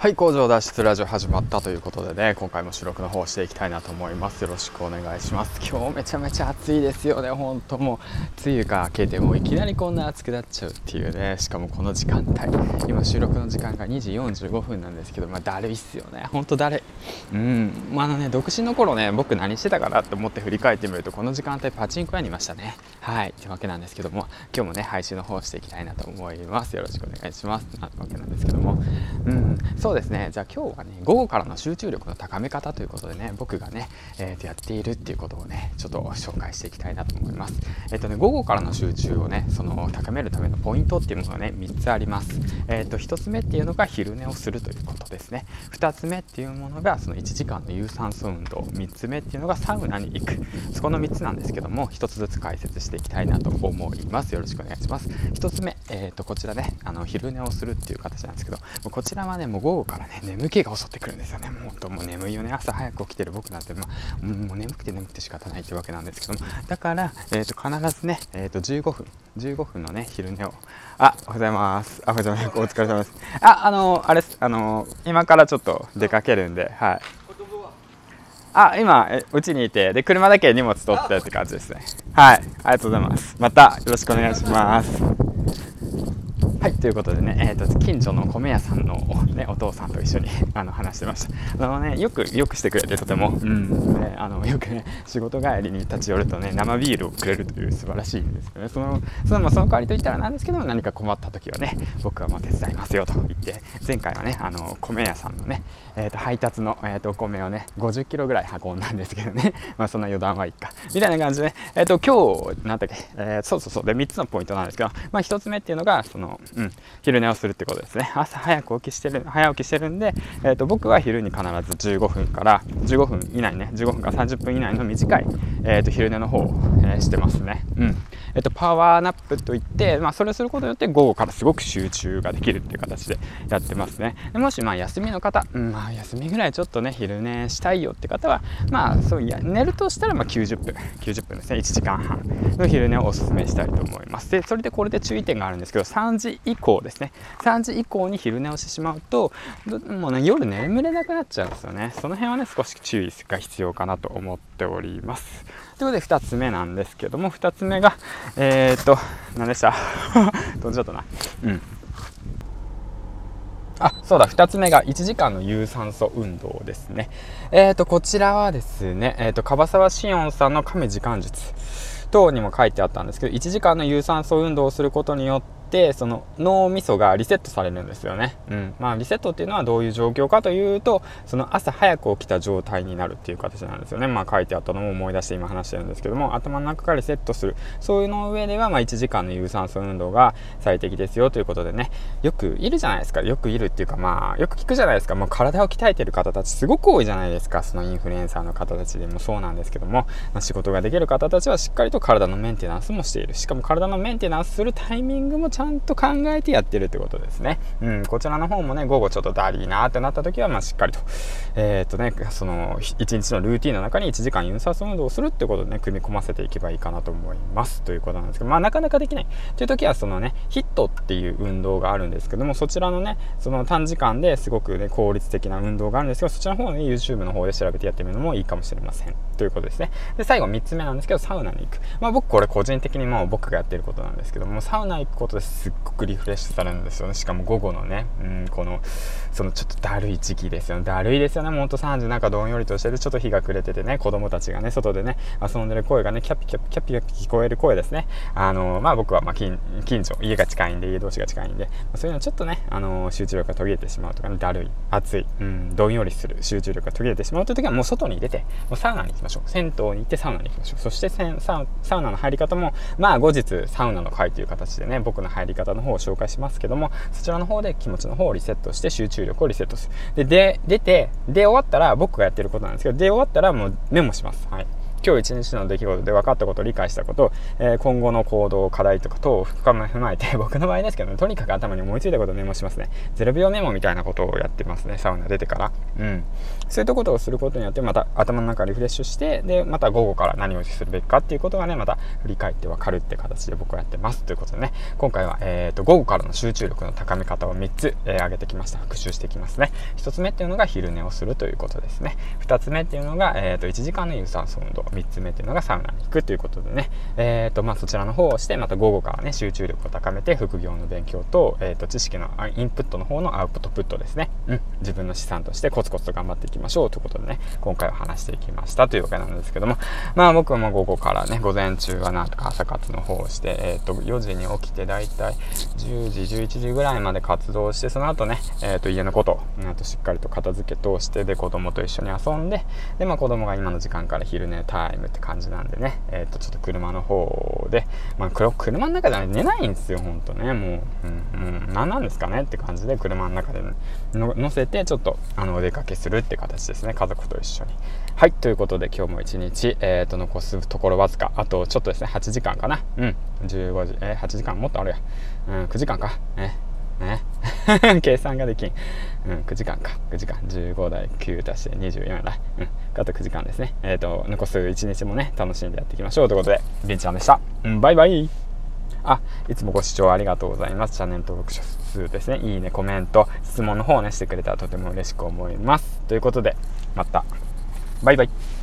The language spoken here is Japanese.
はい、工場脱出ラジオ始まったということでね、今回も収録の方をしていきたいなと思います。よろしくお願いします。今日めちゃめちゃ暑いですよね。本当もう梅雨が明けてもういきなりこんな暑くなっちゃうっていうね。しかもこの時間帯、今収録の時間が2時45分なんですけど、だるいっすよね。本当だるい。独身の頃ね、僕何してたかなと思って振り返ってみると、この時間帯パチンコ屋にいましたね。はい、というわけなんですけども、今日もね配信の方をしていきたいなと思います。よろしくお願いします。なわけなんですけども、そうですね。じゃあ今日はね、午後からの集中力の高め方ということでね、僕がね、やっているっていうことをね、ちょっと紹介していきたいなと思います。午後からの集中をね、高めるためのポイントっていうのがね、3つあります。1つ目っていうのが昼寝をするということですね。2つ目っていうものがその1時間の有酸素運動。3つ目っていうのがサウナに行く。そこの3つなんですけども、1つずつ解説していきたいなと思います。よろしくお願いします。1つ目、こちらね、昼寝をするっていう形なんですけど、こちらはね、もう午後からね、眠気が襲ってくるんですよね。もう眠いよね。朝早く起きてる僕なんて、もう眠くて仕方ないってわけなんですけども、だから、必ずね、15分のね、昼寝を。おはようございます。おはようございます。お疲れ様です。あれです。今からちょっと出かけるんで、はい。今、うちにいて、で、車だけ荷物取ってって感じですね。はい。ありがとうございます。また、よろしくお願いします。はい、ということでね、近所の米屋さんの、ね、お父さんと一緒に話してました。よくしてくれて、とても、よくね、仕事帰りに立ち寄るとね、生ビールをくれるという素晴らしいんですよね。その代わりといったらなんですけども、何か困った時はね、僕は手伝いますよと言って、前回はね、米屋さんのね、配達の、お米をね、50キロぐらい運んだんですけどね、そんな余談はいいかみたいな感じで、今日なんだっけ、そうで3つのポイントなんですけど、1つ目っていうのが昼寝をするってことですね。朝早起きしてるんで、僕は昼に必ず15分以内ね、15分から30分以内の短い、昼寝の方を、してますね。パワーナップといって、それをすることによって午後からすごく集中ができるっていう形でやってますね。でもし休みの方、休みぐらいちょっとね昼寝したいよって方は、寝るとしたら90分ですね。1時間半の昼寝をおすすめしたいと思います。で、それでこれで注意点があるんですけど、3時以降ですね。3時以降に昼寝をしてしまうと、もうね、夜眠れなくなっちゃうんですよね。その辺はね、少し注意が必要かなと思っております。ということで2つ目なんですけども、2つ目が何でした飛んじゃったな。そうだ、2つ目が1時間の有酸素運動ですね。こちらはですね、樺沢紫音さんの亀時間術等にも書いてあったんですけど、1時間の有酸素運動をすることによってその脳みそがリセットされるんですよね。リセットっていうのはどういう状況かというと、その朝早く起きた状態になるっていう形なんですよね。書いてあったのも思い出して今話してるんですけども、頭の中からリセットする、そういうの上では1時間の有酸素運動が最適ですよということでね、よくいるじゃないですか。よくいるっていうか、よく聞くじゃないですか。もう体を鍛えてる方たちすごく多いじゃないですか。そのインフルエンサーの方たちでもそうなんですけども、仕事ができる方たちはしっかりと体のメンテナンスもしている。しかも体のメンテナンスするタイミングもちゃんと考えてやってるってことですね。こちらの方もね、午後ちょっとだりーなーってなった時はしっかりとその1日のルーティンの中に1時間有酸素運動をするってことでね、組み込ませていけばいいかなと思いますということなんですけど、なかなかできないという時はヒットっていう運動があるんですけども、そちらのね、その短時間ですごくね効率的な運動があるんですけど、そちらの方をね YouTube の方で調べてやってみるのもいいかもしれませんということですね。で、最後3つ目なんですけど、サウナに行く。僕これ個人的に僕がやってることなんですけども、サウナ行くことですっごくリフレッシュされるんですよね。しかも午後のね、そのちょっとだるい時期ですよね。だるいですよね。もう3時なんかどんよりとしてて、ちょっと日が暮れててね、子供たちがね外でね遊んでる声がねキャピキャピキャピキャピ聞こえる声ですね。僕は近所、家が近いんで、家同士が近いんで、そういうのちょっとね集中力が途切れてしまうとかね、だるい、暑い、どんよりする集中力が途切れてしまうという時はもう外に出て、もうサウナに行きましょう。銭湯に行ってサウナに行きましょう。そしてサウナの入り方も後日サウナの会という形でね、僕の入り方の方を紹介しますけども、そちらの方で気持ちの方をリセットして集中力をリセットする。で出て終わったら僕がやってることなんですけど、出終わったらもうメモします。はい。 今日一日の出来事で分かったこと、理解したこと、今後の行動、課題とか等を踏まえて、僕の場合ですけど、ね、とにかく頭に思いついたことをメモしますね。0秒メモみたいなことをやってますね、サウナ出てから。そういったことをすることによって、また頭の中リフレッシュして、でまた午後から何をするべきかっていうことがね、また振り返って分かるって形で僕はやってますということでね、今回は、午後からの集中力の高め方を3つ、挙げてきました。復習していきますね。1つ目っていうのが昼寝をするということですね。2つ目っていうのが、1時間の有酸素運動。3つ目っていうのがサウナに行くということでね、そちらの方をして、また午後からね、集中力を高めて副業の勉強と、知識のインプットの方のアウトプットですね、自分の資産としてコツコツと頑張っていきましょうということでね、今回は話していきましたというわけなんですけども、僕はもう午後からね、午前中はなんとか朝活の方をして、4時に起きてだいたい10時11時ぐらいまで活動して、その後ね、家のことしっかりと片付け通して、で子供と一緒に遊んで、で子供が今の時間から昼寝タイムって感じなんでね、ちょっと車の方で、車の中では寝ないんですよ、ほんとね。もう何なんですかねって感じで車の中で、乗せてちょっとお出かけするって形ですね、家族と一緒に。はい、ということで今日も一日、残すところわずか、あとちょっとですね、8時間かな。15時、8時間もっとあるや。9時間か。計算ができん。9時間か。9時間。15台9足して24だ。あと9時間ですね。残す一日もね、楽しんでやっていきましょうということで、りんちゃんでした。バイバイ。いつもご視聴ありがとうございます。チャンネル登録者数ですね、いいね、コメント、質問の方をね、してくれたらとても嬉しく思います。ということで、また。バイバイ。